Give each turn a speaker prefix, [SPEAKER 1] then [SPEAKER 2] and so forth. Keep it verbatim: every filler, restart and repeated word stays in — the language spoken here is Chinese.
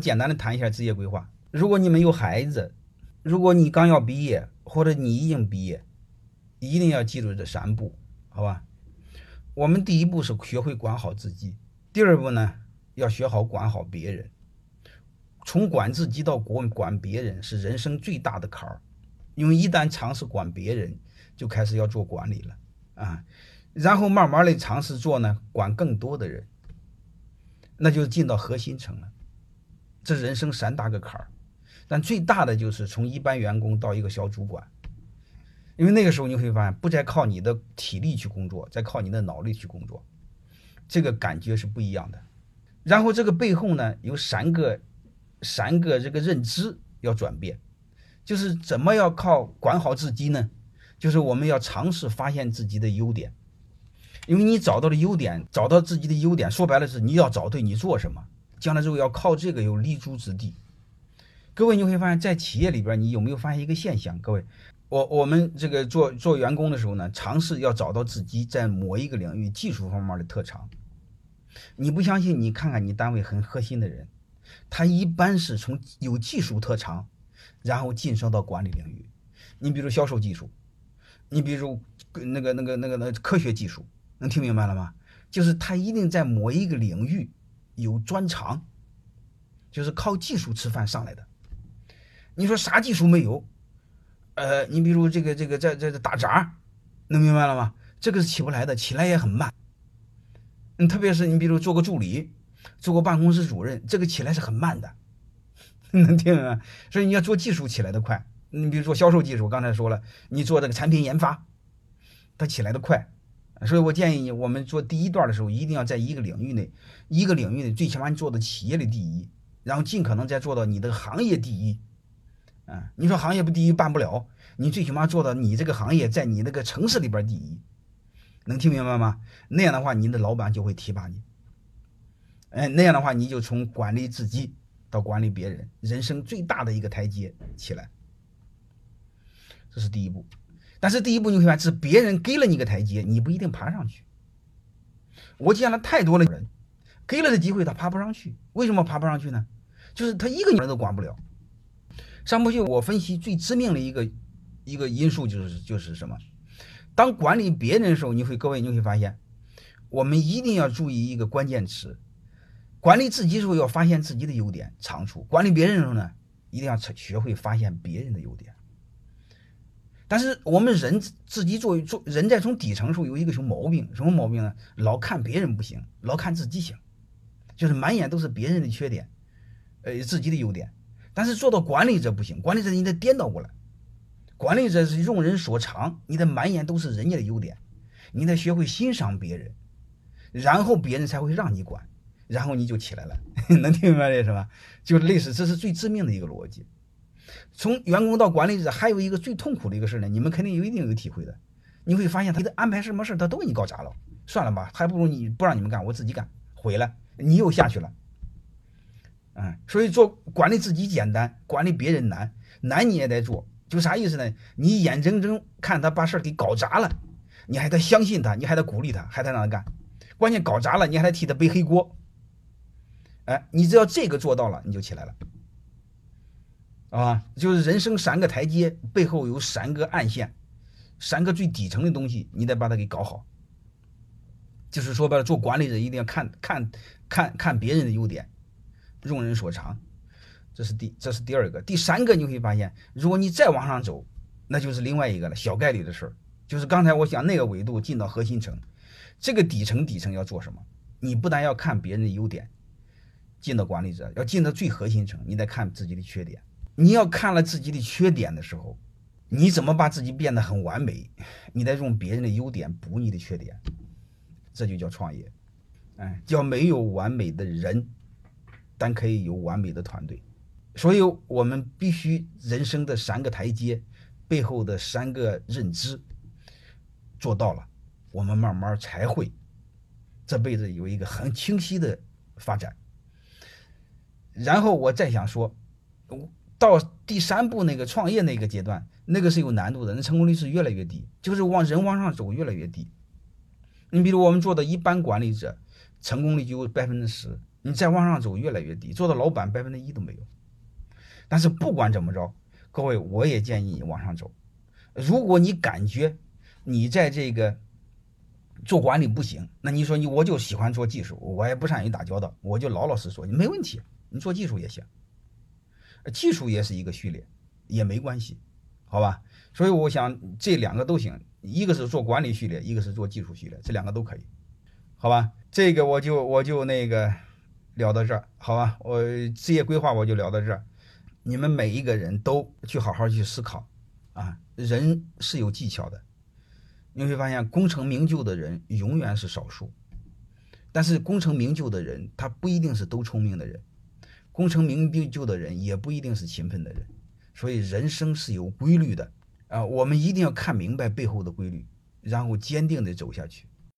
[SPEAKER 1] 简单的谈一下职业规划。如果你没有孩子，如果你刚要毕业，或者你已经毕业，一定要记住这三步，好吧？我们第一步是学会管好自己，第二步呢，要学好管好别人。从管自己到管管别人是人生最大的坎儿，因为一旦尝试管别人，就开始要做管理了啊，然后慢慢的尝试做呢，管更多的人，那就进到核心层了。这人生三大个坎儿，但最大的就是从一般员工到一个小主管，因为那个时候你会发现，不再靠你的体力去工作，再靠你的脑力去工作，这个感觉是不一样的。然后这个背后呢，有三个三个这个认知要转变，就是怎么要靠管好自己呢？就是我们要尝试发现自己的优点，因为你找到了优点，找到自己的优点，说白了是你要找对你做什么，将来之后要靠这个有立足之地。各位你会发现在企业里边，你有没有发现一个现象？各位，我我们这个做做员工的时候呢，尝试要找到自己在某一个领域技术方面的特长。你不相信，你看看你单位很核心的人，他一般是从有技术特长，然后晋升到管理领域。你比如销售技术，你比如那个那个那个那个科学技术，能听明白了吗？就是他一定在某一个领域有专长，就是靠技术吃饭上来的。你说啥技术没有？呃，你比如这个这个在在打杂，能明白了吗？这个是起不来的，起来也很慢。嗯，特别是你比如做个助理，做个办公室主任，这个起来是很慢的，能听明白吗？所以你要做技术起来的快。你比如做销售技术，刚才说了，你做这个产品研发，它起来的快。所以我建议你，我们做第一段的时候，一定要在一个领域内，一个领域内最起码你做到企业的第一，然后尽可能再做到你的行业第一。啊，你说行业不第一办不了，你最起码做到你这个行业在你那个城市里边第一，能听明白吗？那样的话，你的老板就会提拔你。哎，那样的话，你就从管理自己到管理别人，人生最大的一个台阶起来，这是第一步。但是第一步你会发现，是别人给了你个台阶，你不一定爬上去。我见了太多的人，给了的机会他爬不上去，为什么爬不上去呢？就是他一个人都管不了。上不去，我分析最致命的一个一个因素就是就是什么？当管理别人的时候，你会各位你会发现，我们一定要注意一个关键词：管理自己的时候要发现自己的优点长处，管理别人的时候呢，一定要学会发现别人的优点。但是我们人自己做做人在从底层的时候有一个什么毛病？什么毛病呢？老看别人不行，老看自己行，就是满眼都是别人的缺点，呃，自己的优点。但是做到管理者不行，管理者你得颠倒过来，管理者是用人所长，你的满眼都是人家的优点，你得学会欣赏别人，然后别人才会让你管，然后你就起来了。能听明白这是吧？就类似，这是最致命的一个逻辑。从员工到管理者，还有一个最痛苦的一个事呢，你们肯定有一定有体会的。你会发现他的安排什么事他都给你搞砸了，算了吧，还不如你不让你们干，我自己干，毁了，你又下去了。嗯，所以做管理自己简单，管理别人难，难你也得做。就啥意思呢？你眼睁睁看他把事给搞砸了，你还得相信他，你还得鼓励他，还得让他干。关键搞砸了，你还得替他背黑锅。哎，你只要这个做到了，你就起来了。啊，就是人生三个台阶背后有三个暗线，三个最底层的东西，你得把它给搞好。就是说白了，做管理者一定要看看看看别人的优点，用人所长，这是第这是第二个。第三个你会发现，如果你再往上走，那就是另外一个了，小概率的事儿。就是刚才我讲那个维度进到核心层，这个底层底层要做什么？你不但要看别人的优点，进到管理者要进到最核心层，你得看自己的缺点。你要看了自己的缺点的时候，你怎么把自己变得很完美？你得用别人的优点补你的缺点，这就叫创业。哎，叫没有完美的人，但可以有完美的团队。所以我们必须人生的三个台阶背后的三个认知做到了，我们慢慢才会这辈子有一个很清晰的发展。然后我再想说，到第三步那个创业那个阶段，那个是有难度的，那成功率是越来越低，就是往人往上走越来越低。你比如我们做的一般管理者，成功率就有百分之十， 你再往上走越来越低，做到老板百分之一都没有。但是不管怎么着，各位，我也建议你往上走。如果你感觉你在这个做管理不行，那你说你我就喜欢做技术，我也不善于打交道，我就老老实实做，没问题，你做技术也行，技术也是一个序列，也没关系，好吧？所以我想这两个都行，一个是做管理序列，一个是做技术序列，这两个都可以，好吧？这个我就我就那个聊到这儿，好吧？我职业规划我就聊到这儿，你们每一个人都去好好去思考啊，人是有技巧的。你会发现功成名就的人永远是少数，但是功成名就的人他不一定是都聪明的人，功成名就的人也不一定是勤奋的人，所以人生是有规律的啊，我们一定要看明白背后的规律，然后坚定的走下去。